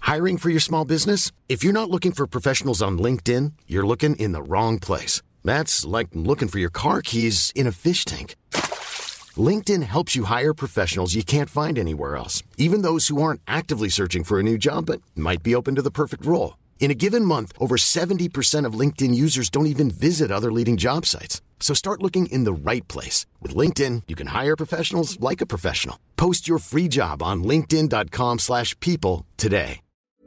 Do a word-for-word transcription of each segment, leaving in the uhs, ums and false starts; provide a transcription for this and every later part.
Hiring for your small business? If you're not looking for professionals on LinkedIn, you're looking in the wrong place. That's like looking for your car keys in a fish tank. LinkedIn helps you hire professionals you can't find anywhere else, even those who aren't actively searching for a new job but might be open to the perfect role. In a given month, over seventy percent of LinkedIn users don't even visit other leading job sites. So start looking in the right place. With LinkedIn, you can hire professionals like a professional. Post your free job on linkedin.com slash people today.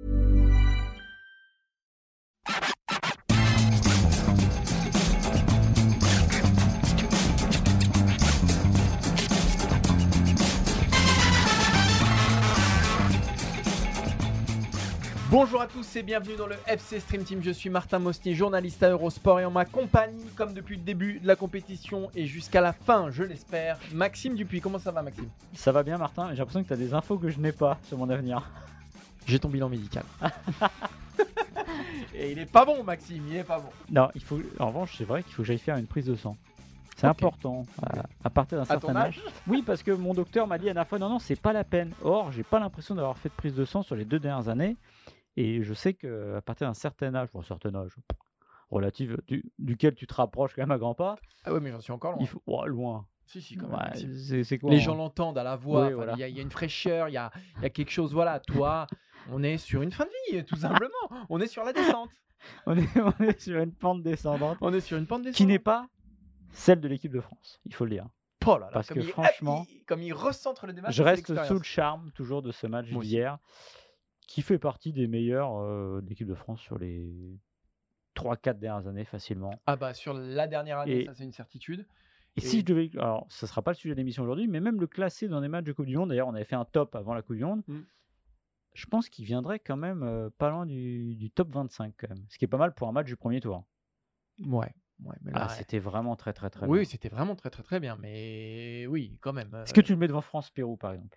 Bonjour à tous et bienvenue dans le F C Stream Team. Je suis Martin Mosnier, journaliste à Eurosport et en ma compagnie, comme depuis le début de la compétition et jusqu'à la fin, je l'espère, Maxime Dupuis. Comment ça va, Maxime? Ça va bien, Martin. J'ai l'impression que tu as des infos que je n'ai pas sur mon avenir. J'ai ton bilan médical. Et il est pas bon, Maxime, il est pas bon. Non, il faut. En revanche, c'est vrai qu'il faut que j'aille faire une prise de sang. C'est okay. important à, à partir d'un certain âge. âge. Oui, parce que mon docteur m'a dit à la fois non, non, c'est pas la peine. Or, j'ai pas l'impression d'avoir fait de prise de sang sur les deux dernières années. Et je sais qu'à partir d'un certain âge, bon, un certain âge relatif, du, duquel tu te rapproches quand même à grands pas. Ah ouais, mais j'en suis encore loin. Il faut, oh, loin. Si, si, quand même. Ouais, c'est, c'est quoi, les hein. gens l'entendent à la voix. Oui, il voilà. y, y a une fraîcheur, il y a, y a quelque chose. Voilà, toi, on est sur une fin de vie, tout simplement. On est sur la descente. on, est, on est sur une pente descendante. On est sur une pente descendante. Qui n'est pas celle de l'équipe de France, il faut le dire. Oh là là, parce comme que il, franchement, il, comme il recentre le débat. Je reste sous le charme toujours de ce match Moi d'hier. Aussi. Qui fait partie des meilleurs euh, de l'équipe de France sur les trois quatre dernières années facilement. Ah bah sur la dernière année, et, ça c'est une certitude. Et, et si je devais, alors ça sera pas le sujet de l'émission aujourd'hui, mais même le classer dans des matchs de Coupe du Monde, d'ailleurs on avait fait un top avant la Coupe du Monde, mm. je pense qu'il viendrait quand même euh, pas loin du, du top vingt-cinq quand même, ce qui est pas mal pour un match du premier tour. Ouais. Ouais, mais là, ah, c'était vraiment très très très oui, bien. Oui, c'était vraiment très très très bien, mais oui, quand même. Est-ce que tu le mets devant France-Pérou par exemple?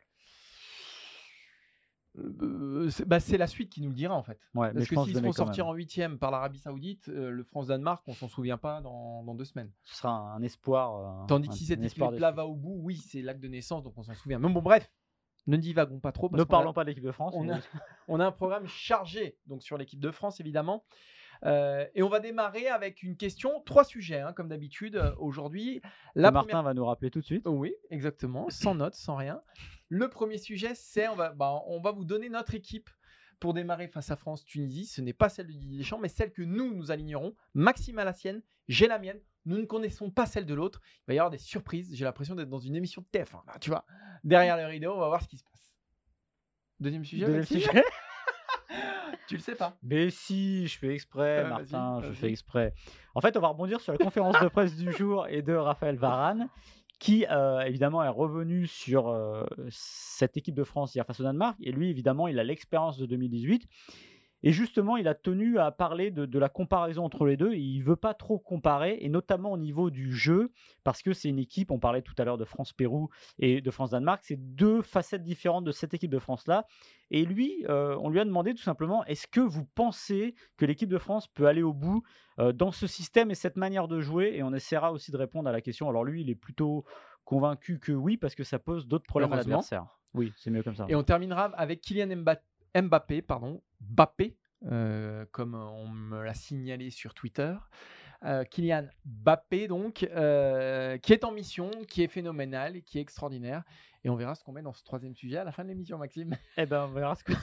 Euh, c'est, bah, c'est la suite qui nous le dira en fait. Ouais, Parce mais que je s'ils se font sortir même. en huitième par l'Arabie Saoudite, euh, le France-Danemark, on s'en souvient pas dans, dans deux semaines. Ce sera un espoir. Tandis un, que si cette équipe-là va au bout, oui, c'est l'acte de naissance, donc on s'en souvient. Mais bon, bref, ne divagons pas trop. Parce ne parlons a, pas de l'équipe de France. On, a, on a un programme chargé donc sur l'équipe de France évidemment. Euh, et on va démarrer avec une question, trois sujets hein, comme d'habitude euh, aujourd'hui. La Martin première... va nous rappeler tout de suite. Oui, exactement, sans notes, sans rien. Le premier sujet, c'est on va, bah, on va vous donner notre équipe pour démarrer face à France-Tunisie. Ce n'est pas celle de Didier Deschamps, mais celle que nous, nous alignerons. Maxime a la sienne, j'ai la mienne. Nous ne connaissons pas celle de l'autre. Il va y avoir des surprises. J'ai l'impression d'être dans une émission de T F un. Là, tu vois, derrière le rideau, on va voir ce qui se passe. Deuxième sujet. Deuxième sujet. Tu le sais pas? Mais si, je fais exprès, euh, Martin, vas-y, je vas-y. fais exprès. En fait, on va rebondir sur la conférence de presse du jour et de Raphaël Varane, qui euh, évidemment est revenu sur euh, cette équipe de France hier face au Danemark. Et lui, évidemment, il a l'expérience de deux mille dix-huit. Et justement, il a tenu à parler de, de la comparaison entre les deux. Et il ne veut pas trop comparer, et notamment au niveau du jeu, parce que c'est une équipe, on parlait tout à l'heure de France-Pérou et de France-Danemark, c'est deux facettes différentes de cette équipe de France-là. Et lui, euh, on lui a demandé tout simplement, est-ce que vous pensez que l'équipe de France peut aller au bout euh, dans ce système et cette manière de jouer? Et on essaiera aussi de répondre à la question. Alors lui, il est plutôt convaincu que oui, parce que ça pose d'autres problèmes à l'adversaire. Oui, c'est mieux comme ça. Et on terminera avec Kylian Mbappé. Mbappé, pardon, Mbappé, euh, comme on me l'a signalé sur Twitter. Euh, Kylian Mbappé, donc, euh, qui est en mission, qui est phénoménal, qui est extraordinaire. Et on verra ce qu'on met dans ce troisième sujet à la fin de l'émission, Maxime. Eh ben, on verra ce que.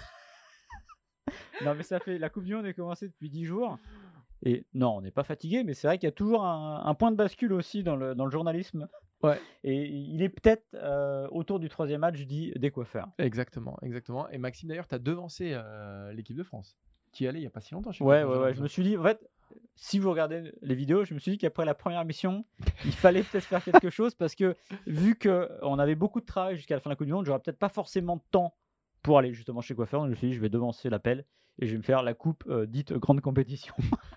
Non, mais ça fait. La Coupe du Monde est commencée depuis dix jours. Et non, on n'est pas fatigué, mais c'est vrai qu'il y a toujours un, un point de bascule aussi dans le, dans le journalisme. Ouais. Et il est peut-être euh, autour du troisième match, je dis, des coiffeurs. Exactement, exactement. Et Maxime, d'ailleurs, tu as devancé euh, l'équipe de France, qui allait il n'y a pas si longtemps. Je sais ouais, pas, ouais, ouais. Je me suis dit, en fait, si vous regardez les vidéos, je me suis dit qu'après la première mission, il fallait peut-être faire quelque chose, parce que vu qu'on avait beaucoup de travail jusqu'à la fin de la Coupe du Monde, j'aurais peut-être pas forcément de temps pour aller justement chez coiffeur. Donc je me suis dit, je vais devancer l'appel et je vais me faire la coupe euh, dite grande compétition.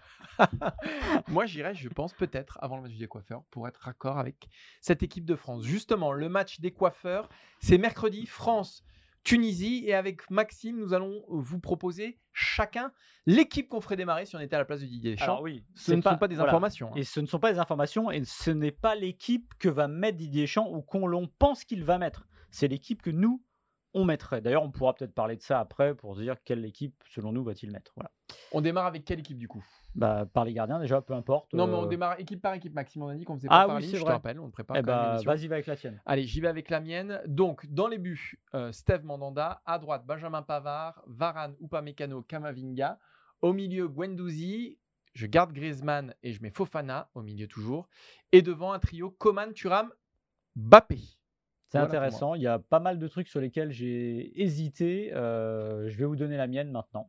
Moi, j'irais, je pense, peut-être avant le match des coiffeurs pour être raccord avec cette équipe de France. Justement, le match des coiffeurs, c'est mercredi, France-Tunisie. Et avec Maxime, nous allons vous proposer chacun l'équipe qu'on ferait démarrer si on était à la place de Didier Deschamps. Alors oui, ce ne pas, sont pas des voilà. informations. Hein. Et ce ne sont pas des informations et ce n'est pas l'équipe que va mettre Didier Deschamps ou qu'on l'on pense qu'il va mettre. C'est l'équipe que nous, on mettrait. D'ailleurs, on pourra peut-être parler de ça après pour dire quelle équipe, selon nous, va-t-il mettre. Voilà. On démarre avec quelle équipe du coup? Bah, par les gardiens, déjà, peu importe. Non, mais on euh, démarre équipe par équipe, Maxime. On a dit qu'on faisait pas Ah par oui, ligne, c'est je te vrai. rappelle, on prépare Eh quand même bah, l'émission. vas-y, va avec la tienne. Allez, j'y vais avec la mienne. Donc, dans les buts, euh, Steve Mandanda. À droite, Benjamin Pavard. Varane, Upamecano, Camavinga. Au milieu, Guendouzi. Je garde Griezmann et je mets Fofana au milieu toujours. Et devant, un trio Coman, Thuram, Mbappé. C'est Voilà pour moi. intéressant. Il y a pas mal de trucs sur lesquels j'ai hésité. Euh, je vais vous donner la mienne maintenant.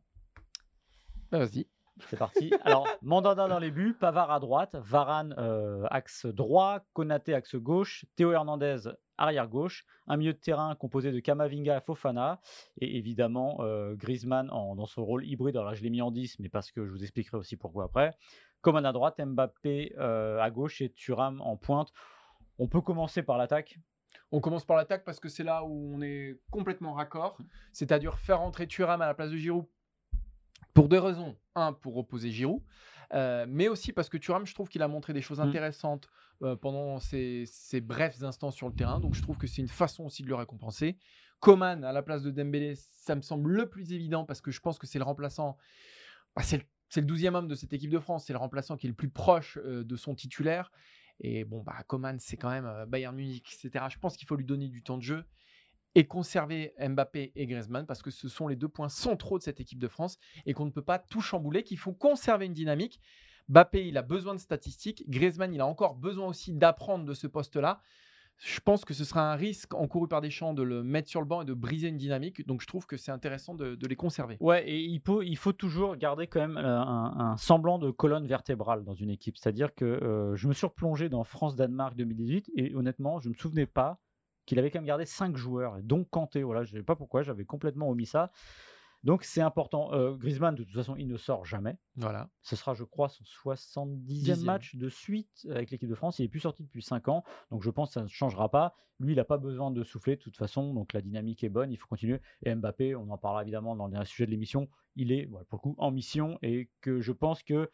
Bah, vas-y. C'est parti. Alors, Mandanda dans les buts, Pavard à droite, Varane euh, axe droit, Konaté axe gauche, Théo Hernandez arrière gauche, un milieu de terrain composé de Camavinga et Fofana, et évidemment euh, Griezmann en, dans son rôle hybride. Alors là, je l'ai mis en dix, mais parce que je vous expliquerai aussi pourquoi après. Coman à droite, Mbappé euh, à gauche et Thuram en pointe. On peut commencer par l'attaque. On commence par l'attaque parce que c'est là où on est complètement raccord. C'est-à-dire faire rentrer Thuram à la place de Giroud pour deux raisons. Un, pour opposer Giroud, euh, mais aussi parce que Thuram, je trouve qu'il a montré des choses intéressantes euh, pendant ces, ces brefs instants sur le terrain. Donc je trouve que c'est une façon aussi de le récompenser. Coman à la place de Dembélé, ça me semble le plus évident parce que je pense que c'est le remplaçant. Bah, c'est le, c'est le douzième homme de cette équipe de France. C'est le remplaçant qui est le plus proche euh, de son titulaire. Et bon, bah, Coman, c'est quand même euh, Bayern Munich, et cetera. Je pense qu'il faut lui donner du temps de jeu et conserver Mbappé et Griezmann parce que ce sont les deux points centraux de cette équipe de France et qu'on ne peut pas tout chambouler, qu'il faut conserver une dynamique. Mbappé, il a besoin de statistiques. Griezmann, il a encore besoin aussi d'apprendre de ce poste-là. Je pense que ce sera un risque encouru par Deschamps de le mettre sur le banc et de briser une dynamique. Donc, je trouve que c'est intéressant de, de les conserver. Ouais, et il faut, il faut toujours garder quand même euh, un, un semblant de colonne vertébrale dans une équipe. C'est-à-dire que euh, je me suis replongé dans France-Danemark deux mille dix-huit et honnêtement, je ne me souvenais pas qu'il avait quand même gardé cinq joueurs, donc Kanté. Voilà, je ne sais pas pourquoi, j'avais complètement omis ça. Donc c'est important. Euh, Griezmann, de toute façon, il ne sort jamais. Voilà. Ce sera, je crois, son soixante-dixième match de suite avec l'équipe de France. Il n'est plus sorti depuis cinq ans, donc je pense que ça ne changera pas. Lui, il n'a pas besoin de souffler de toute façon, donc la dynamique est bonne, il faut continuer. Et Mbappé, on en parlera évidemment dans le dernier sujet de l'émission, il est, voilà, pour le coup, en mission et que je pense que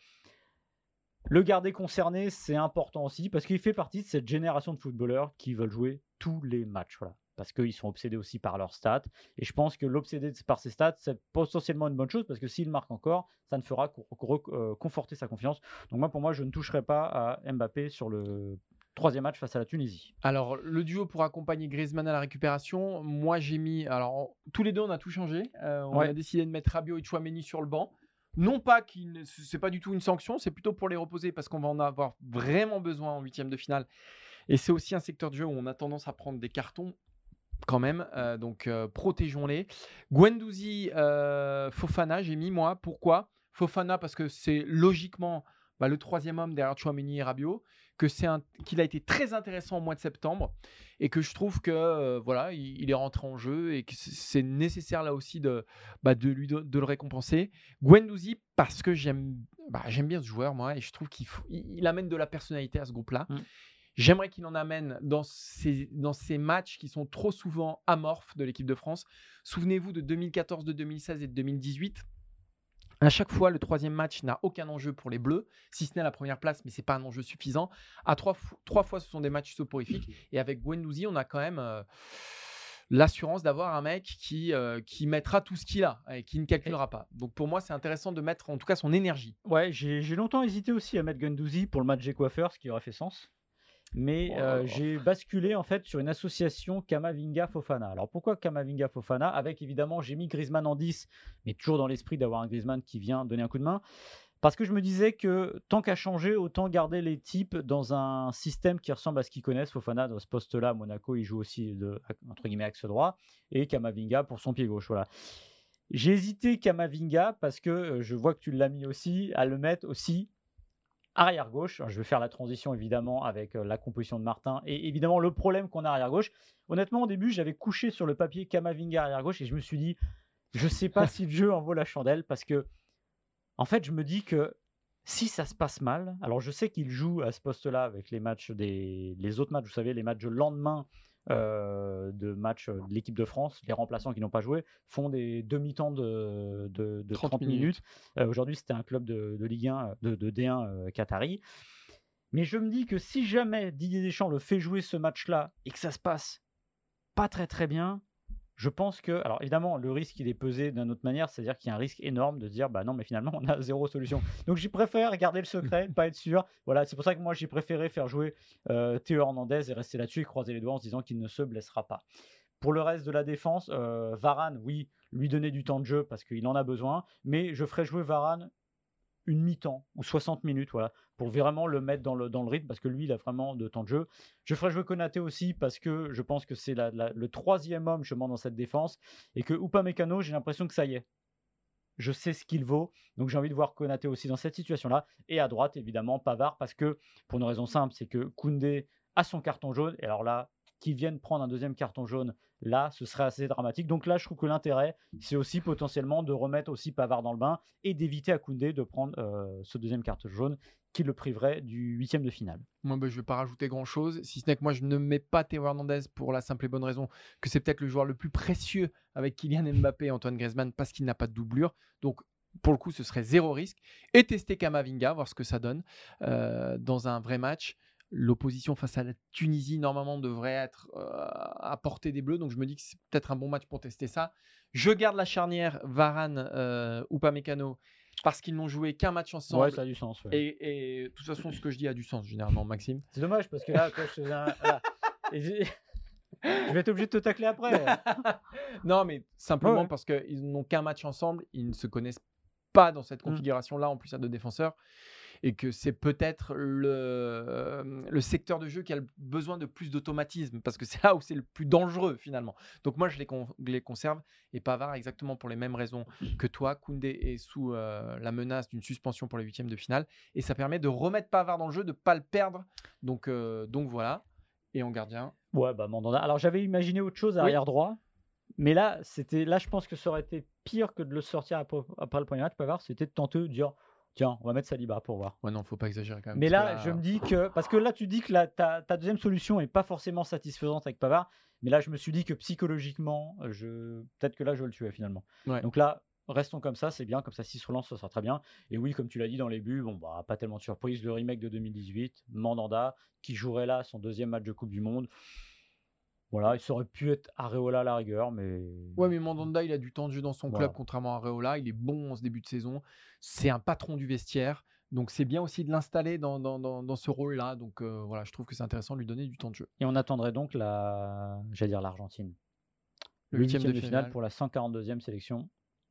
le garder concerné, c'est important aussi parce qu'il fait partie de cette génération de footballeurs qui veulent jouer tous les matchs. Voilà. Parce qu'ils sont obsédés aussi par leurs stats. Et je pense que l'obsédé par ses stats, c'est potentiellement une bonne chose parce que s'il marque encore, ça ne fera que euh, conforter sa confiance. Donc moi, pour moi, je ne toucherai pas à Mbappé sur le troisième match face à la Tunisie. Alors, le duo pour accompagner Griezmann à la récupération, moi, j'ai mis... Alors, tous les deux, on a tout changé. Euh, on Ouais. a décidé de mettre Rabiot et Tchouaméni sur le banc. Non pas qu'il, c'est pas du tout une sanction, c'est plutôt pour les reposer parce qu'on va en avoir vraiment besoin en huitième de finale. Et c'est aussi un secteur de jeu où on a tendance à prendre des cartons quand même, euh, donc euh, protégeons-les. Guendouzi, euh, Fofana, j'ai mis moi. Pourquoi Fofana parce que c'est logiquement bah, le troisième homme derrière Tchouaméni et Rabiot, que c'est un, qu'il a été très intéressant au mois de septembre et que je trouve que euh, voilà, il, il est rentré en jeu et que c'est nécessaire là aussi de, bah, de, lui, de, de le récompenser. Guendouzi parce que j'aime, bah, j'aime bien ce joueur moi et je trouve qu'il faut, il, il amène de la personnalité à ce groupe-là. Mm. J'aimerais qu'il en amène dans ces, dans ces matchs qui sont trop souvent amorphes de l'équipe de France. Souvenez-vous de deux mille quatorze, de deux mille seize et de deux mille dix-huit. À chaque fois, le troisième match n'a aucun enjeu pour les Bleus, si ce n'est la première place, mais ce n'est pas un enjeu suffisant. À trois, trois fois, ce sont des matchs soporifiques. Et avec Guendouzi, on a quand même euh, l'assurance d'avoir un mec qui, euh, qui mettra tout ce qu'il a et qui ne calculera pas. Donc pour moi, c'est intéressant de mettre en tout cas son énergie. Ouais, j'ai, j'ai longtemps hésité aussi à mettre Guendouzi pour le match des coiffeurs, ce qui aurait fait sens. Mais oh, euh, oh. j'ai basculé en fait sur une association Camavinga-Fofana. Alors pourquoi Camavinga-Fofana? Avec évidemment, j'ai mis Griezmann en dix, mais toujours dans l'esprit d'avoir un Griezmann qui vient donner un coup de main. Parce que je me disais que tant qu'à changer, autant garder les types dans un système qui ressemble à ce qu'ils connaissent. Fofana, dans ce poste-là, à Monaco, il joue aussi de, entre guillemets, axe droit. Et Camavinga pour son pied gauche. Voilà. J'ai hésité Camavinga parce que je vois que tu l'as mis aussi, à le mettre aussi arrière gauche. Je vais faire la transition évidemment avec la composition de Martin et évidemment le problème qu'on a arrière gauche. Honnêtement, au début, j'avais couché sur le papier Camavinga arrière gauche et je me suis dit, je sais pas si le jeu en vaut la chandelle parce que, en fait, je me dis que si ça se passe mal, alors je sais qu'il joue à ce poste-là avec les matchs des, les autres matchs, vous savez, les matchs le lendemain euh, de matchs de l'équipe de France, les remplaçants qui n'ont pas joué font des demi-temps de, de, de trente minutes. Euh, aujourd'hui, c'était un club de, de Ligue un, de, de D un euh, Qatari. Mais je me dis que si jamais Didier Deschamps le fait jouer ce match-là et que ça se passe pas très très bien, Je pense que, alors évidemment, le risque, il est pesé d'une autre manière, c'est-à-dire qu'il y a un risque énorme de se dire, bah non, mais finalement, on a zéro solution. Donc, j'y préfère garder le secret, pas être sûr. Voilà, c'est pour ça que moi, j'ai préféré faire jouer euh, Théo Hernandez et rester là-dessus et croiser les doigts en se disant qu'il ne se blessera pas. Pour le reste de la défense, euh, Varane, oui, lui donner du temps de jeu parce qu'il en a besoin, mais je ferai jouer Varane une mi-temps ou soixante minutes, voilà, pour vraiment le mettre dans le, dans le rythme parce que lui, il a vraiment de temps de jeu. Je ferai jouer Konaté aussi parce que je pense que c'est la, la, le troisième homme justement dans cette défense et que Upamecano, j'ai l'impression que ça y est. Je sais ce qu'il vaut, donc j'ai envie de voir Konaté aussi dans cette situation-là. Et à droite, évidemment, Pavard parce que, pour une raison simple, c'est que Koundé a son carton jaune et alors là, qu'ils viennent prendre un deuxième carton jaune, là, ce serait assez dramatique. Donc là, je trouve que l'intérêt, c'est aussi potentiellement de remettre aussi Pavard dans le bain et d'éviter à Koundé de prendre euh, ce deuxième carton jaune qui le priverait du huitième de finale. Moi, bah, je ne vais pas rajouter grand-chose, si ce n'est que moi, je ne mets pas Théo Hernandez pour la simple et bonne raison que c'est peut-être le joueur le plus précieux avec Kylian Mbappé et Antoine Griezmann parce qu'il n'a pas de doublure. Donc, pour le coup, ce serait zéro risque. Et tester Kamavinga, voir ce que ça donne euh, dans un vrai match. L'opposition face à la Tunisie, normalement, devrait être euh, à portée des Bleus. Donc, je me dis que c'est peut-être un bon match pour tester ça. Je garde la charnière Varane euh, ou Upamecano parce qu'ils n'ont joué qu'un match ensemble. Ouais, ça a du sens. Ouais. Et, et de toute façon, ce que je dis a du sens, généralement, Maxime. C'est dommage parce que là, quand je faisais un... Voilà. Et j'ai... je vais être obligé de te tacler après. Non, mais simplement ouais, ouais. parce qu'ils n'ont qu'un match ensemble. Ils ne se connaissent pas dans cette configuration-là, en plus à deux défenseurs. Et que c'est peut-être le, euh, le secteur de jeu qui a le besoin de plus d'automatisme, parce que c'est là où c'est le plus dangereux finalement. Donc moi, je les, con- les conserve, et Pavard exactement pour les mêmes raisons que toi. Koundé est sous euh, la menace d'une suspension pour les huitièmes de finale, et ça permet de remettre Pavard dans le jeu, de ne pas le perdre. Donc, euh, donc voilà, et en gardien. Ouais, bah Mandanda. Alors j'avais imaginé autre chose à arrière droit, mais là, c'était, là, je pense que ça aurait été pire que de le sortir après, après le premier match, Pavard, c'était de tenter de dire... Tiens, on va mettre Saliba pour voir. Ouais, non, faut pas exagérer quand même. Mais là, là, je me dis que... Parce que là, tu dis que la, ta, ta deuxième solution n'est pas forcément satisfaisante avec Pavard. Mais là, je me suis dit que psychologiquement, je... peut-être que là, je vais le tuer finalement. Ouais. Donc là, restons comme ça, c'est bien. Comme ça, s'il se relance, ça sera très bien. Et oui, comme tu l'as dit dans les buts, bon, bah, pas tellement de surprise. Le remake de deux mille dix-huit, Mandanda, qui jouerait là son deuxième match de Coupe du Monde. Voilà, il aurait pu être Areola à la rigueur, mais... Ouais, mais Mandanda, il a du temps de jeu dans son Voilà. club, contrairement à Areola. Il est bon en ce début de saison. C'est un patron du vestiaire. Donc, c'est bien aussi de l'installer dans, dans, dans, dans ce rôle-là. Donc, euh, voilà, je trouve que c'est intéressant de lui donner du temps de jeu. Et on attendrait donc la... J'allais dire l'Argentine. Le Le huitième huitième de de finale finale. pour la cent quarante-deuxième sélection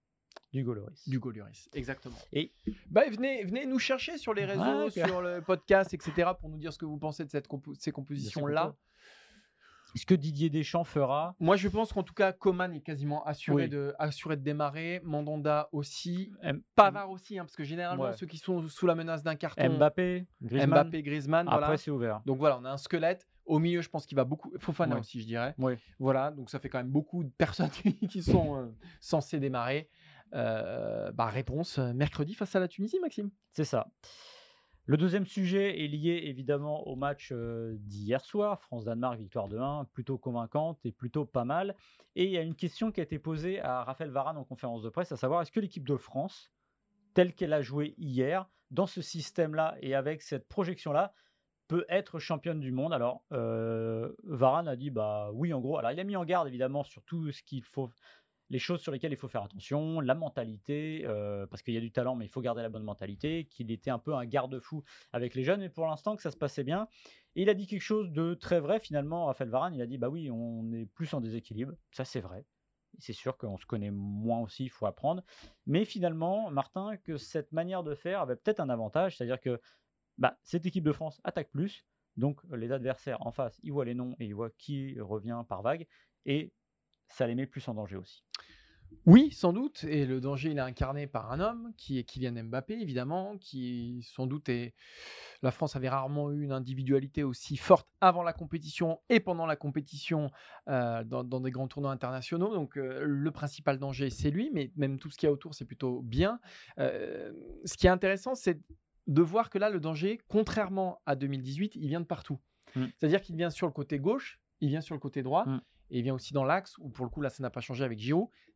du Goloris. Du Goluris, exactement. Et bah, venez, venez nous chercher sur les réseaux, Ah, ok. sur le podcast, et cetera, pour nous dire ce que vous pensez de cette compo- ces compositions-là. Est-ce que Didier Deschamps fera... Moi, je pense qu'en tout cas, Coman est quasiment assuré, Oui. de, assuré de démarrer. Mandanda aussi. M- Pavard aussi, hein, parce que généralement, Ouais. ceux qui sont sous la menace d'un carton, Mbappé, Griezmann. Mbappé, Griezmann, Après, voilà. c'est ouvert. Donc voilà, on a un squelette. Au milieu, je pense qu'il va beaucoup. Fofana Ouais. aussi, je dirais. Oui. Voilà, donc ça fait quand même beaucoup de personnes qui sont euh, censées démarrer. Euh, bah, réponse euh, mercredi face à la Tunisie, Maxime. C'est ça. Le deuxième sujet est lié évidemment au match euh, d'hier soir, France-Danemark, victoire de un, plutôt convaincante et plutôt pas mal. Et il y a une question qui a été posée à Raphaël Varane en conférence de presse, à savoir est-ce que l'équipe de France, telle qu'elle a joué hier, dans ce système-là et avec cette projection-là, peut être championne du monde? Alors, euh, Varane a dit bah oui, en gros. Alors, il a mis en garde évidemment sur tout ce qu'il faut, les choses sur lesquelles il faut faire attention, la mentalité, euh, parce qu'il y a du talent, mais il faut garder la bonne mentalité, qu'il était un peu un garde-fou avec les jeunes, et pour l'instant que ça se passait bien. Et il a dit quelque chose de très vrai finalement, Raphaël Varane, il a dit bah oui, on est plus en déséquilibre, ça c'est vrai. C'est sûr qu'on se connaît moins aussi, il faut apprendre. Mais finalement, Martin, que cette manière de faire avait peut-être un avantage, c'est-à-dire que bah, cette équipe de France attaque plus, donc les adversaires en face, ils voient les noms et ils voient qui revient par vague, et ça les met plus en danger aussi. Oui, sans doute. Et le danger, il est incarné par un homme qui est Kylian Mbappé, évidemment, qui sans doute est. La France avait rarement eu une individualité aussi forte avant la compétition et pendant la compétition euh, dans, dans des grands tournois internationaux. Donc euh, le principal danger, c'est lui, mais même tout ce qu'il y a autour, c'est plutôt bien. Euh, ce qui est intéressant, c'est de voir que là, le danger, contrairement à deux mille dix-huit, il vient de partout. Mm. C'est-à-dire qu'il vient sur le côté gauche, il vient sur le côté droit. Mm. Et il vient aussi dans l'axe, où pour le coup, là, ça n'a pas changé avec Giroud.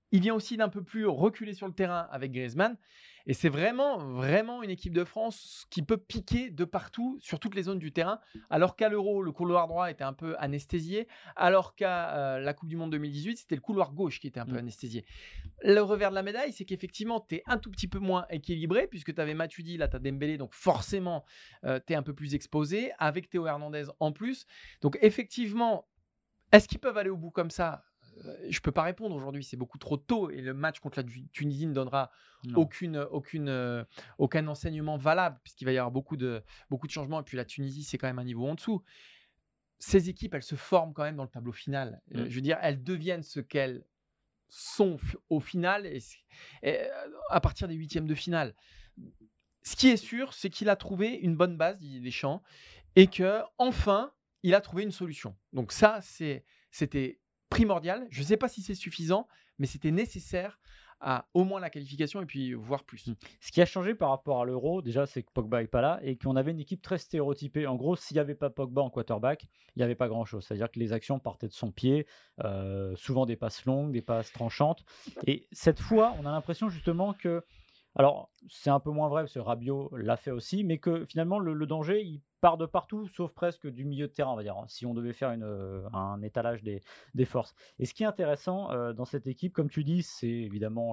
il vient aussi d'un peu plus reculer sur le terrain avec Griezmann. Et c'est vraiment, vraiment une équipe de France qui peut piquer de partout sur toutes les zones du terrain. Alors qu'à l'Euro, le couloir droit était un peu anesthésié. Alors qu'à euh, la Coupe du Monde deux mille dix-huit, c'était le couloir gauche qui était un peu Mm. anesthésié. Le revers de la médaille, c'est qu'effectivement, tu es un tout petit peu moins équilibré puisque tu avais Matuidi, là tu as Dembélé. Donc forcément, euh, tu es un peu plus exposé avec Théo Hernandez en plus. Donc effectivement, est-ce qu'ils peuvent aller au bout comme ça ? Je ne peux pas répondre aujourd'hui, c'est beaucoup trop tôt et le match contre la Tunisie ne donnera aucune, aucune, euh, aucun enseignement valable puisqu'il va y avoir beaucoup de, beaucoup de changements et puis la Tunisie, c'est quand même un niveau en dessous. Ces équipes, elles se forment quand même dans le tableau final. Mm. Euh, je veux dire, elles deviennent ce qu'elles sont f- au final et, et, euh, à partir des huitièmes de finale. Ce qui est sûr, c'est qu'il a trouvé une bonne base, Didier Deschamps, et qu'enfin, il a trouvé une solution. Donc ça, c'est, c'était primordial. Je ne sais pas si c'est suffisant, mais c'était nécessaire à au moins la qualification et puis voire plus. Ce qui a changé par rapport à l'Euro, déjà, c'est que Pogba n'est pas là et qu'on avait une équipe très stéréotypée. En gros, s'il n'y avait pas Pogba en quarterback, il n'y avait pas grand-chose. C'est-à-dire que les actions partaient de son pied, euh, souvent des passes longues, des passes tranchantes. Et cette fois, on a l'impression justement que... Alors, c'est un peu moins vrai parce que Rabiot l'a fait aussi, mais que finalement, le, le danger, il part de partout, sauf presque du milieu de terrain, on va dire, si on devait faire une, euh, un étalage des, des forces. Et ce qui est intéressant euh, dans cette équipe, comme tu dis, c'est évidemment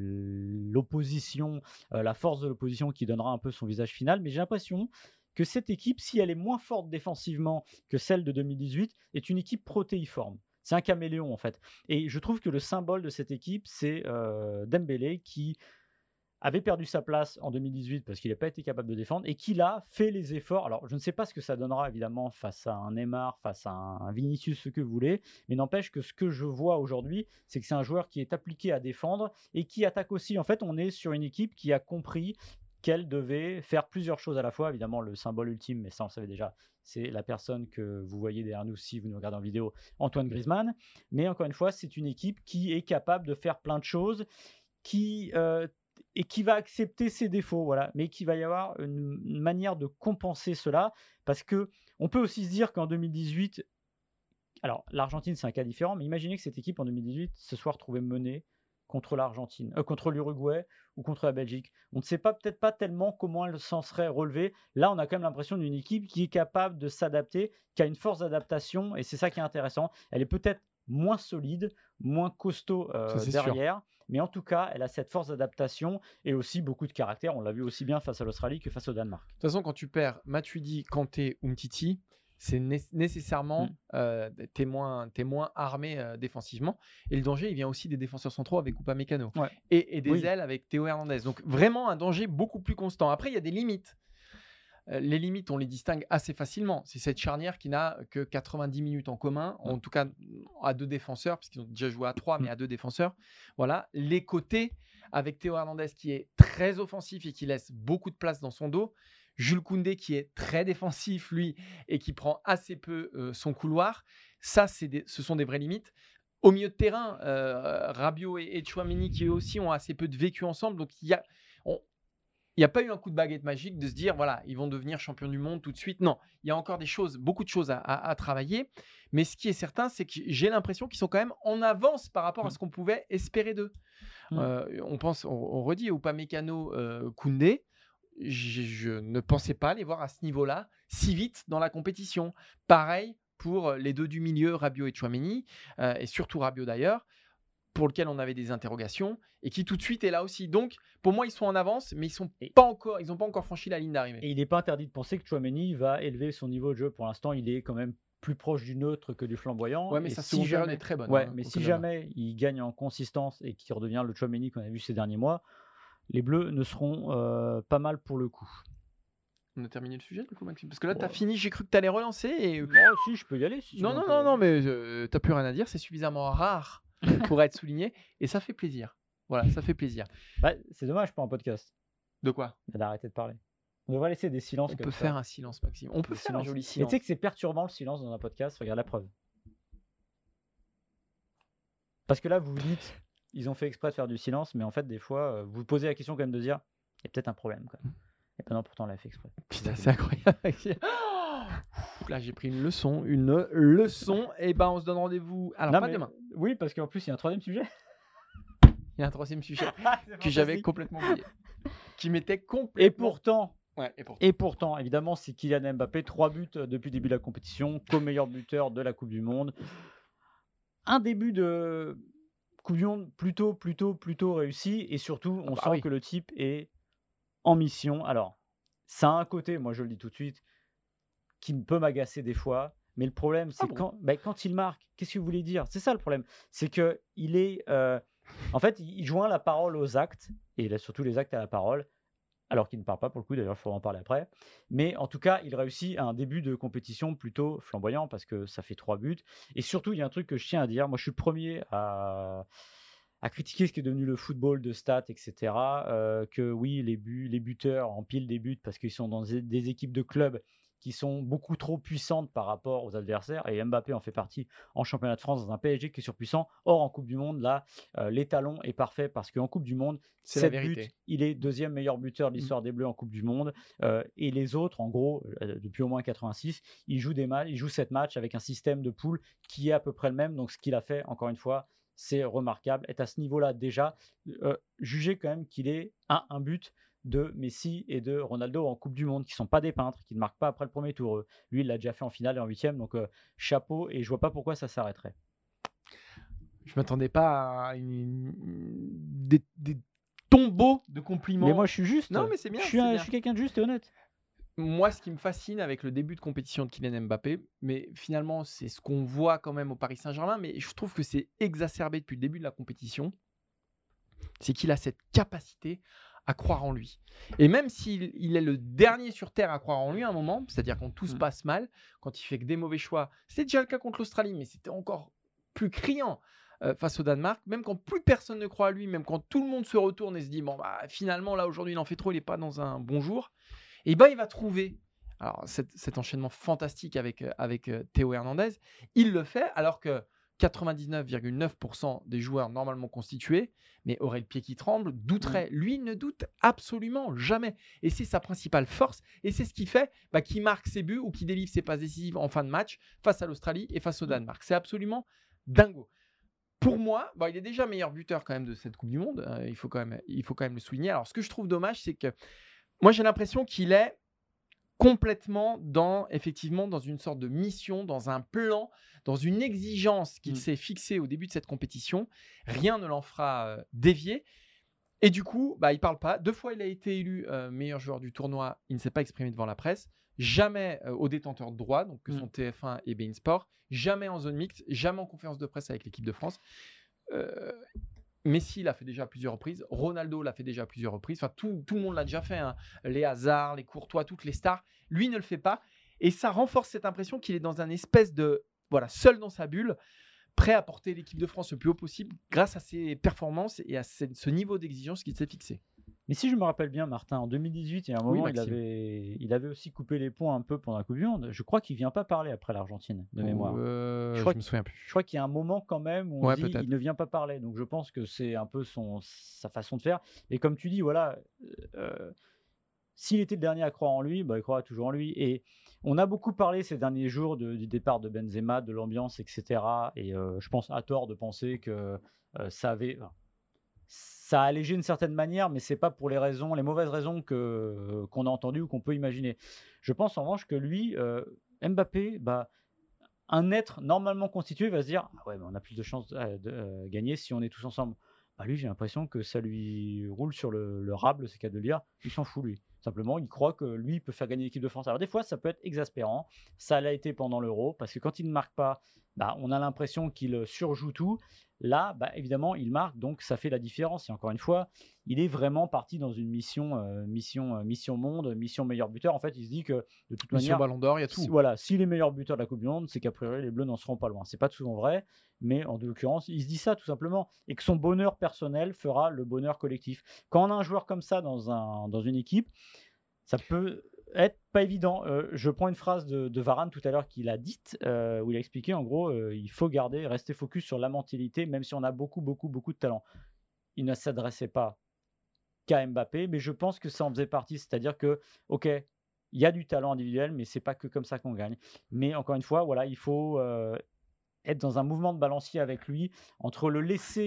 l'opposition, euh, la force de l'opposition qui donnera un peu son visage final, mais j'ai l'impression que cette équipe, si elle est moins forte défensivement que celle de deux mille dix-huit, est une équipe protéiforme. C'est un caméléon, en fait. Et je trouve que le symbole de cette équipe, c'est euh, Dembélé qui avait perdu sa place en deux mille dix-huit parce qu'il n'a pas été capable de défendre et qu'il a fait les efforts. Alors, je ne sais pas ce que ça donnera, évidemment, face à un Neymar, face à un Vinicius, ce que vous voulez, mais n'empêche que ce que je vois aujourd'hui, c'est que c'est un joueur qui est appliqué à défendre et qui attaque aussi. En fait, on est sur une équipe qui a compris qu'elle devait faire plusieurs choses à la fois. Évidemment, le symbole ultime, mais ça, on le savait déjà, c'est la personne que vous voyez derrière nous si vous nous regardez en vidéo, Antoine Griezmann. Mais encore une fois, c'est une équipe qui est capable de faire plein de choses, qui... Euh, et qui va accepter ses défauts, voilà, mais qu'il va y avoir une, une manière de compenser cela, parce que on peut aussi se dire qu'en deux mille dix-huit, alors l'Argentine c'est un cas différent, mais imaginez que cette équipe en deux mille dix-huit se soit retrouvée menée contre l'Argentine, euh, contre l'Uruguay ou contre la Belgique. On ne sait pas peut-être pas tellement comment elle s'en serait relevée. Là, on a quand même l'impression d'une équipe qui est capable de s'adapter, qui a une force d'adaptation, et c'est ça qui est intéressant. Elle est peut-être moins solide, moins costaud euh, derrière. Sûr. Mais en tout cas, elle a cette force d'adaptation et aussi beaucoup de caractère. On l'a vu aussi bien face à l'Australie que face au Danemark. De toute façon, quand tu perds Matuidi, Kanté, Umtiti, c'est né- nécessairement mm. euh, t'es moins, t'es moins armé euh, défensivement. Et le danger, il vient aussi des défenseurs centraux avec Upamecano ouais. et, et des oui. ailes avec Théo Hernandez. Donc vraiment un danger beaucoup plus constant. Après, il y a des limites. Euh, les limites, on les distingue assez facilement. C'est cette charnière qui n'a que quatre-vingt-dix minutes en commun, en tout cas à deux défenseurs, parce qu'ils ont déjà joué à trois, mais à deux défenseurs. Voilà. Les côtés, avec Théo Hernandez qui est très offensif et qui laisse beaucoup de place dans son dos. Jules Koundé qui est très défensif, lui, et qui prend assez peu euh, son couloir. Ça, c'est des, ce sont des vraies limites. Au milieu de terrain, euh, Rabiot et, et Tchouaméni qui eux aussi ont assez peu de vécu ensemble. Donc, il y a... On, Il n'y a pas eu un coup de baguette magique de se dire, voilà, ils vont devenir champions du monde tout de suite. Non, il y a encore des choses, beaucoup de choses à, à, à travailler. Mais ce qui est certain, c'est que j'ai l'impression qu'ils sont quand même en avance par rapport à ce qu'on pouvait espérer d'eux. Mmh. Euh, on pense, on, on redit Upamecano, euh, Koundé. Je, je ne pensais pas les voir à ce niveau-là si vite dans la compétition. Pareil pour les deux du milieu, Rabiot et Tchouaméni, euh, et surtout Rabiot d'ailleurs, pour lequel on avait des interrogations et qui tout de suite est là aussi. Donc, pour moi, ils sont en avance, mais ils sont pas encore, ils n'ont pas encore franchi la ligne d'arrivée. Et il n'est pas interdit de penser que Tchouaméni va élever son niveau de jeu. Pour l'instant, il est quand même plus proche du neutre que du flamboyant. Ouais, mais et sa si seconde jamais, est très bonne. Ouais, hein, mais si jamais il gagne en consistance et qu'il redevient le Tchouaméni qu'on a vu ces derniers mois, les Bleus ne seront euh, pas mal pour le coup. On a terminé le sujet du coup, Maxime. Parce que là, ouais. tu as fini, j'ai cru que tu allais relancer. Et... Oh, si, je peux y aller. Si non, non, non, non, mais euh, tu n'as plus rien à dire. C'est suffisamment rare pour être souligné. Et ça fait plaisir. Voilà, ça fait plaisir. Bah, c'est dommage pour un podcast. De quoi ? D'arrêter de parler. On devrait laisser des silences. On comme peut ça. faire un silence, Maxime. On peut des faire silences. un joli Et silence. tu sais que c'est perturbant le silence dans un podcast. Regarde la preuve. Parce que là, vous vous dites, ils ont fait exprès de faire du silence, mais en fait, des fois, vous vous posez la question quand même de dire, il y a peut-être un problème. Quand même. Et ben non, pourtant, on l'a fait exprès. Putain, c'est incroyable. Là, j'ai pris une leçon, une leçon. Et ben, on se donne rendez-vous. Alors, non, pas mais... demain. Oui, parce qu'en plus, il y a un troisième sujet. Il y a un troisième sujet C'est que j'avais fantastique. complètement oublié. Qui m'était Et complètement. pourtant, Ouais, et pourtant. et pourtant, évidemment, c'est Kylian Mbappé, trois buts euh, depuis le début de la compétition, co-meilleur buteur de la Coupe du Monde. Un début de Coupe du Monde plutôt, plutôt, plutôt réussi. Et surtout, on bah sent oui. que le type est en mission. Alors, ça a un côté, moi je le dis tout de suite, qui peut m'agacer des fois. Mais le problème, c'est bon quand, bah, quand il marque, qu'est-ce que vous voulez dire? C'est ça le problème. C'est que il est. euh, en fait, il joint la parole aux actes, et là, surtout les actes à la parole, alors qu'il ne parle pas pour le coup, d'ailleurs, il faudra en parler après. Mais en tout cas, il réussit un début de compétition plutôt flamboyant parce que ça fait trois buts. Et surtout, il y a un truc que je tiens à dire. Moi, je suis le premier à, à critiquer ce qui est devenu le football de stats, et cetera. Euh, que oui, les, buts, les buteurs empilent des buts parce qu'ils sont dans des, des équipes de clubs qui sont beaucoup trop puissantes par rapport aux adversaires. Et Mbappé en fait partie en championnat de France dans un P S G qui est surpuissant. Or, en Coupe du Monde, là, euh, l'étalon est parfait parce qu'en Coupe du Monde, C'est la sept buts, vérité. il est deuxième meilleur buteur de l'histoire des Bleus en Coupe du Monde. Euh, et les autres, en gros, euh, depuis au moins quatre-vingt-six, il joue des matchs, il joue sept matchs avec un système de poule qui est à peu près le même. Donc, ce qu'il a fait, encore une fois, c'est remarquable. Et à ce niveau-là, déjà, euh, jugez quand même qu'il est à un but de Messi et de Ronaldo en Coupe du Monde, qui sont pas des peintres, qui ne marquent pas après le premier tour. Lui, il l'a déjà fait en finale et en huitième, donc euh, chapeau, et je vois pas pourquoi ça s'arrêterait. Je m'attendais pas à une... des, des tombeaux de compliments. Mais moi, je suis juste. Non, mais c'est bien. Je suis, c'est un- bien. je suis quelqu'un de juste et honnête. Moi, ce qui me fascine avec le début de compétition de Kylian Mbappé, mais finalement, c'est ce qu'on voit quand même au Paris Saint-Germain, mais je trouve que c'est exacerbé depuis le début de la compétition, c'est qu'il a cette capacité à croire en lui. Et même s'il il est le dernier sur Terre à croire en lui à un moment, c'est-à-dire quand tout se Mm. passe mal, quand il fait que des mauvais choix, c'était déjà le cas contre l'Australie, mais c'était encore plus criant euh, face au Danemark, même quand plus personne ne croit à lui, même quand tout le monde se retourne et se dit, bon, bah, finalement, là, aujourd'hui, il en fait trop, il n'est pas dans un bon jour, et ben il va trouver alors, cet, cet enchaînement fantastique avec, euh, avec euh, Théo Hernandez. Il le fait alors que quatre-vingt-dix-neuf virgule neuf pour cent des joueurs normalement constitués, mais auraient le pied qui tremble, douteraient. Lui, il ne doute absolument jamais. Et c'est sa principale force. Et c'est ce qui fait bah, qu'il marque ses buts ou qu'il délivre ses passes décisives en fin de match face à l'Australie et face au Danemark. C'est absolument dingo. Pour moi, bah, il est déjà meilleur buteur quand même de cette Coupe du Monde. Euh, il faut quand même, il faut quand même le souligner. Alors, ce que je trouve dommage, c'est que moi, j'ai l'impression qu'il est complètement dans, effectivement, dans une sorte de mission, dans un plan, dans une exigence qu'il Mm. s'est fixée au début de cette compétition. Rien ne l'en fera euh, dévier. Et du coup, bah, il ne parle pas. Deux fois, il a été élu euh, meilleur joueur du tournoi. Il ne s'est pas exprimé devant la presse. Jamais euh, au détenteur de droit, donc que sont Mm. T F un et beIN Sport. Jamais en zone mixte. Jamais en conférence de presse avec l'équipe de France. Euh, Messi l'a fait déjà à plusieurs reprises. Ronaldo l'a fait déjà à plusieurs reprises. Enfin, tout, tout le monde l'a déjà fait. Hein. Les Hazard, les Courtois, toutes les stars. Lui ne le fait pas. Et ça renforce cette impression qu'il est dans un espèce de... Voilà, seul dans sa bulle, prêt à porter l'équipe de France le plus haut possible grâce à ses performances et à ce, ce niveau d'exigence qu'il s'est fixé. Mais si je me rappelle bien, Martin, en deux mille dix-huit, il y a un Oui, moment, il, Maxime. avait, il avait aussi coupé les ponts un peu pendant la Coupe du Monde. Je crois qu'il ne vient pas parler après l'Argentine, de mémoire. Euh, Je je crois me souviens plus. Je crois qu'il y a un moment quand même où on Ouais, se dit peut-être. il ne vient pas parler. Donc je pense que c'est un peu son, sa façon de faire. Et comme tu dis, voilà, euh, s'il était le dernier à croire en lui, bah, il croira toujours en lui. Et on a beaucoup parlé ces derniers jours de- du départ de Benzema, de l'ambiance, et cetera. Et euh, je pense à tort de penser que euh, ça avait... enfin, ça a allégé d'une certaine manière, mais c'est pas pour les raisons, les mauvaises raisons que qu'on a entendues ou qu'on peut imaginer. Je pense en revanche que lui, euh, Mbappé, bah, un être normalement constitué va se dire ah ouais, mais on a plus de chances de, de, euh, gagner si on est tous ensemble. Bah lui, j'ai l'impression que ça lui roule sur le, le rable, c'est qu'à de le dire. Il s'en fout lui. Simplement, il croit que lui il peut faire gagner l'équipe de France. Alors des fois, ça peut être exaspérant. Ça l'a été pendant l'Euro parce que quand il ne marque pas, bah, on a l'impression qu'il surjoue tout. Là, bah, évidemment, il marque, donc ça fait la différence. Et encore une fois, il est vraiment parti dans une mission, euh, mission, euh, mission monde, mission meilleur buteur. En fait, il se dit que de toute Mission manière, Ballon d'Or, il y a tout. si, voilà, s'il est meilleur buteur de la Coupe du Monde, c'est qu'a priori les Bleus n'en seront pas loin. C'est pas souvent vrai, mais en l'occurrence, il se dit ça tout simplement, et que son bonheur personnel fera le bonheur collectif. Quand on a un joueur comme ça dans, un, dans une équipe, ça peut être pas évident. Euh, je prends une phrase de, de Varane tout à l'heure qu'il a dite, euh, où il a expliqué en gros, euh, il faut garder, rester focus sur la mentalité, même si on a beaucoup, beaucoup, beaucoup de talent. Il ne s'adressait pas qu'à Mbappé, mais je pense que ça en faisait partie, c'est-à-dire que, ok, il y a du talent individuel, mais c'est pas que comme ça qu'on gagne. Mais encore une fois, voilà, il faut euh, être dans un mouvement de balancier avec lui, entre le laisser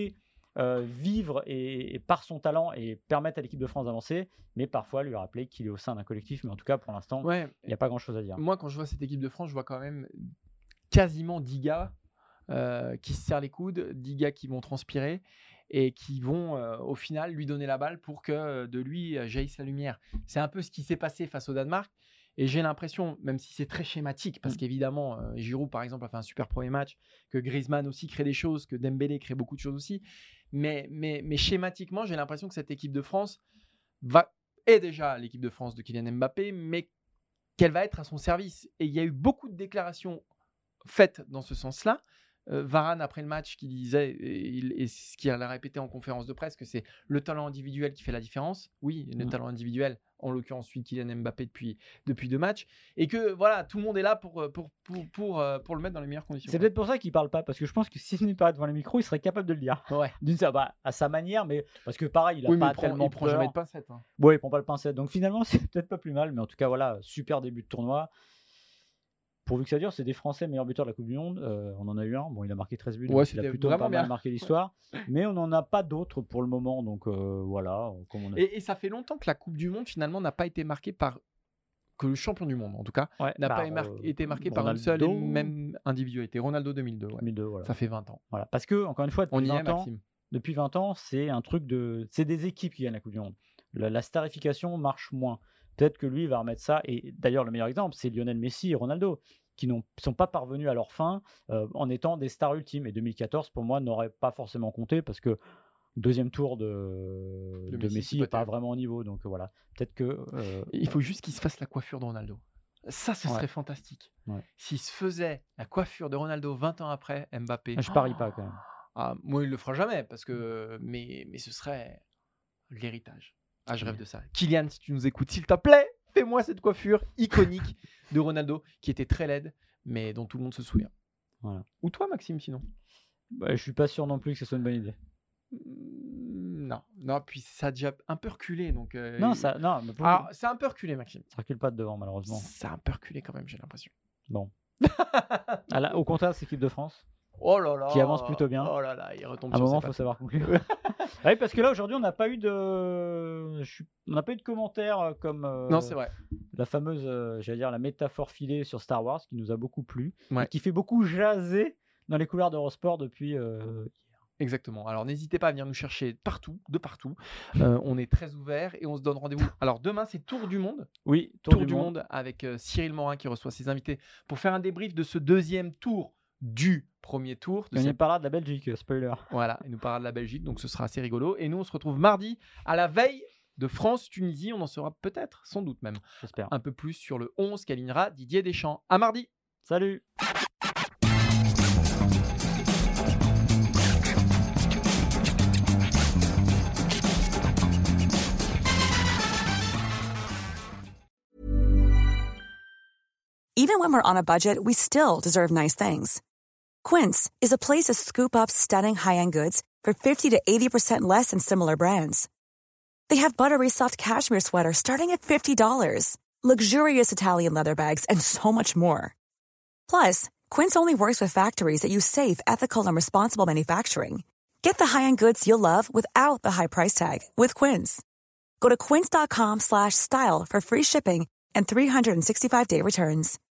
euh, vivre et, et par son talent et permettre à l'équipe de France d'avancer, mais parfois lui rappeler qu'il est au sein d'un collectif. Mais en tout cas, pour l'instant, il Ouais. n'y a pas grand-chose à dire. Moi, quand je vois cette équipe de France, je vois quand même quasiment dix gars euh, qui se serrent les coudes, dix gars qui vont transpirer et qui vont euh, au final lui donner la balle pour que euh, de lui euh, jaillisse la lumière. C'est un peu ce qui s'est passé face au Danemark. Et j'ai l'impression, même si c'est très schématique, parce Mm. qu'évidemment, euh, Giroud, par exemple, a fait un super premier match, que Griezmann aussi crée des choses, que Dembélé crée beaucoup de choses aussi. Mais, mais, mais schématiquement, j'ai l'impression que cette équipe de France va, est déjà l'équipe de France de Kylian Mbappé, mais qu'elle va être à son service. Et il y a eu beaucoup de déclarations faites dans ce sens-là. Euh, Varane, après le match, qui disait, et, il- et ce qu'il a répété en conférence de presse, que c'est le talent individuel qui fait la différence. Oui, le Mm. talent individuel, en l'occurrence celui de Kylian Mbappé depuis, depuis deux matchs. Et que voilà, tout le monde est là pour, pour, pour, pour, euh, pour le mettre dans les meilleures conditions. C'est peut-être pour ça qu'il parle pas, parce que je pense que si ce n'est pas devant les micros, il serait capable de le dire. Ouais. D'une certaine- bah, à sa manière, mais parce que pareil, il a Oui, mais pas il prend, tellement il prend peur. jamais de pincettes. Hein. Ouais, il prend pas le pincette. Donc finalement, c'est peut-être pas plus mal, mais en tout cas, voilà, super début de tournoi. Pourvu que ça dure, c'est des Français meilleurs buteurs de la Coupe du Monde. Euh, on en a eu un. Bon, il a marqué treize buts, Ouais, donc il a c'était plutôt vraiment pas mal bien. marqué l'histoire. Mais on n'en a pas d'autres pour le moment. Donc euh, voilà, comme on a... Et, et ça fait longtemps que la Coupe du Monde, finalement, n'a pas été marquée par. Que le champion du monde, en tout cas, Ouais, n'a bah, pas émar- euh, été marqué par une seule et Ronaldo. même individualité. Ronaldo deux mille deux, ouais. deux mille deux, voilà. Ça fait vingt ans. Voilà. Parce que, encore une fois, On depuis y est, vingt ans, Maxime. depuis vingt ans, c'est un truc de. C'est des équipes qui gagnent la Coupe du Monde. La, la starification marche moins. Peut-être que lui va remettre ça. Et d'ailleurs, le meilleur exemple, c'est Lionel Messi et Ronaldo, qui ne sont pas parvenus à leur fin euh, en étant des stars ultimes. Et deux mille quatorze, pour moi, n'aurait pas forcément compté parce que deuxième tour de, De de Messi, Messi c'est n'est pas pas terrible. vraiment au niveau. Donc voilà, peut-être que. euh, Il faut juste qu'il se fasse la coiffure de Ronaldo. Ça, ce Ouais. serait fantastique. Ouais. S'il se faisait la coiffure de Ronaldo vingt ans après Mbappé. Je parie pas quand même. Ah, moi, il le fera jamais, parce que. Mais, mais ce serait l'héritage. Ah, je rêve de ça. Kylian, si tu nous écoutes, s'il te plaît, fais-moi cette coiffure iconique de Ronaldo, qui était très laide, mais dont tout le monde se souvient. Voilà. Ou toi, Maxime, sinon. Bah, je suis pas sûr non plus que ce soit une bonne idée. Mm, Non, non, puis ça a déjà un peu reculé, donc. euh, Non, il- ça, non, mais pour- Ah, c'est un peu reculé, Maxime. ça recule pas de devant malheureusement. Ça a un peu reculé quand même, j'ai l'impression. Bon. À la- au contraire, c'est l'équipe de France. Oh là là. Qui avance plutôt bien. Oh là là, il retombe À un sur moment, ses il faut pattes. savoir conclure. oui, parce que là, aujourd'hui, on n'a pas eu de, je suis- on n'a pas eu de commentaires euh, comme euh, Non, c'est vrai. la fameuse, euh, j'allais dire, la métaphore filée sur Star Wars, qui nous a beaucoup plu, Ouais. et qui fait beaucoup jaser dans les couloirs d'Eurosport depuis. euh, Exactement. Alors n'hésitez pas à venir nous chercher partout, de partout. Euh, on est très ouvert et on se donne rendez-vous. Alors demain, c'est Tour du Monde. Oui, Tour, Tour du monde avec euh, Cyril Morin qui reçoit ses invités pour faire un débrief de ce deuxième tour du premier tour. De On y cette- parlera de la Belgique, euh, spoiler. Voilà, il nous parlera de la Belgique, donc ce sera assez rigolo. Et nous, on se retrouve mardi à la veille de France-Tunisie. On en saura peut-être, sans doute même, J'espère. un peu plus sur le onze qu'alignera Didier Deschamps. À mardi. Salut. Even when we're on a budget, we still deserve nice things. Quince is a place to scoop up stunning high-end goods for fifty to eighty percent less than similar brands. They have buttery soft cashmere sweaters starting at fifty dollars, luxurious Italian leather bags, and so much more. Plus, Quince only works with factories that use safe, ethical, and responsible manufacturing. Get the high-end goods you'll love without the high price tag with Quince. Go to quince.com slash style for free shipping and three sixty-five day returns.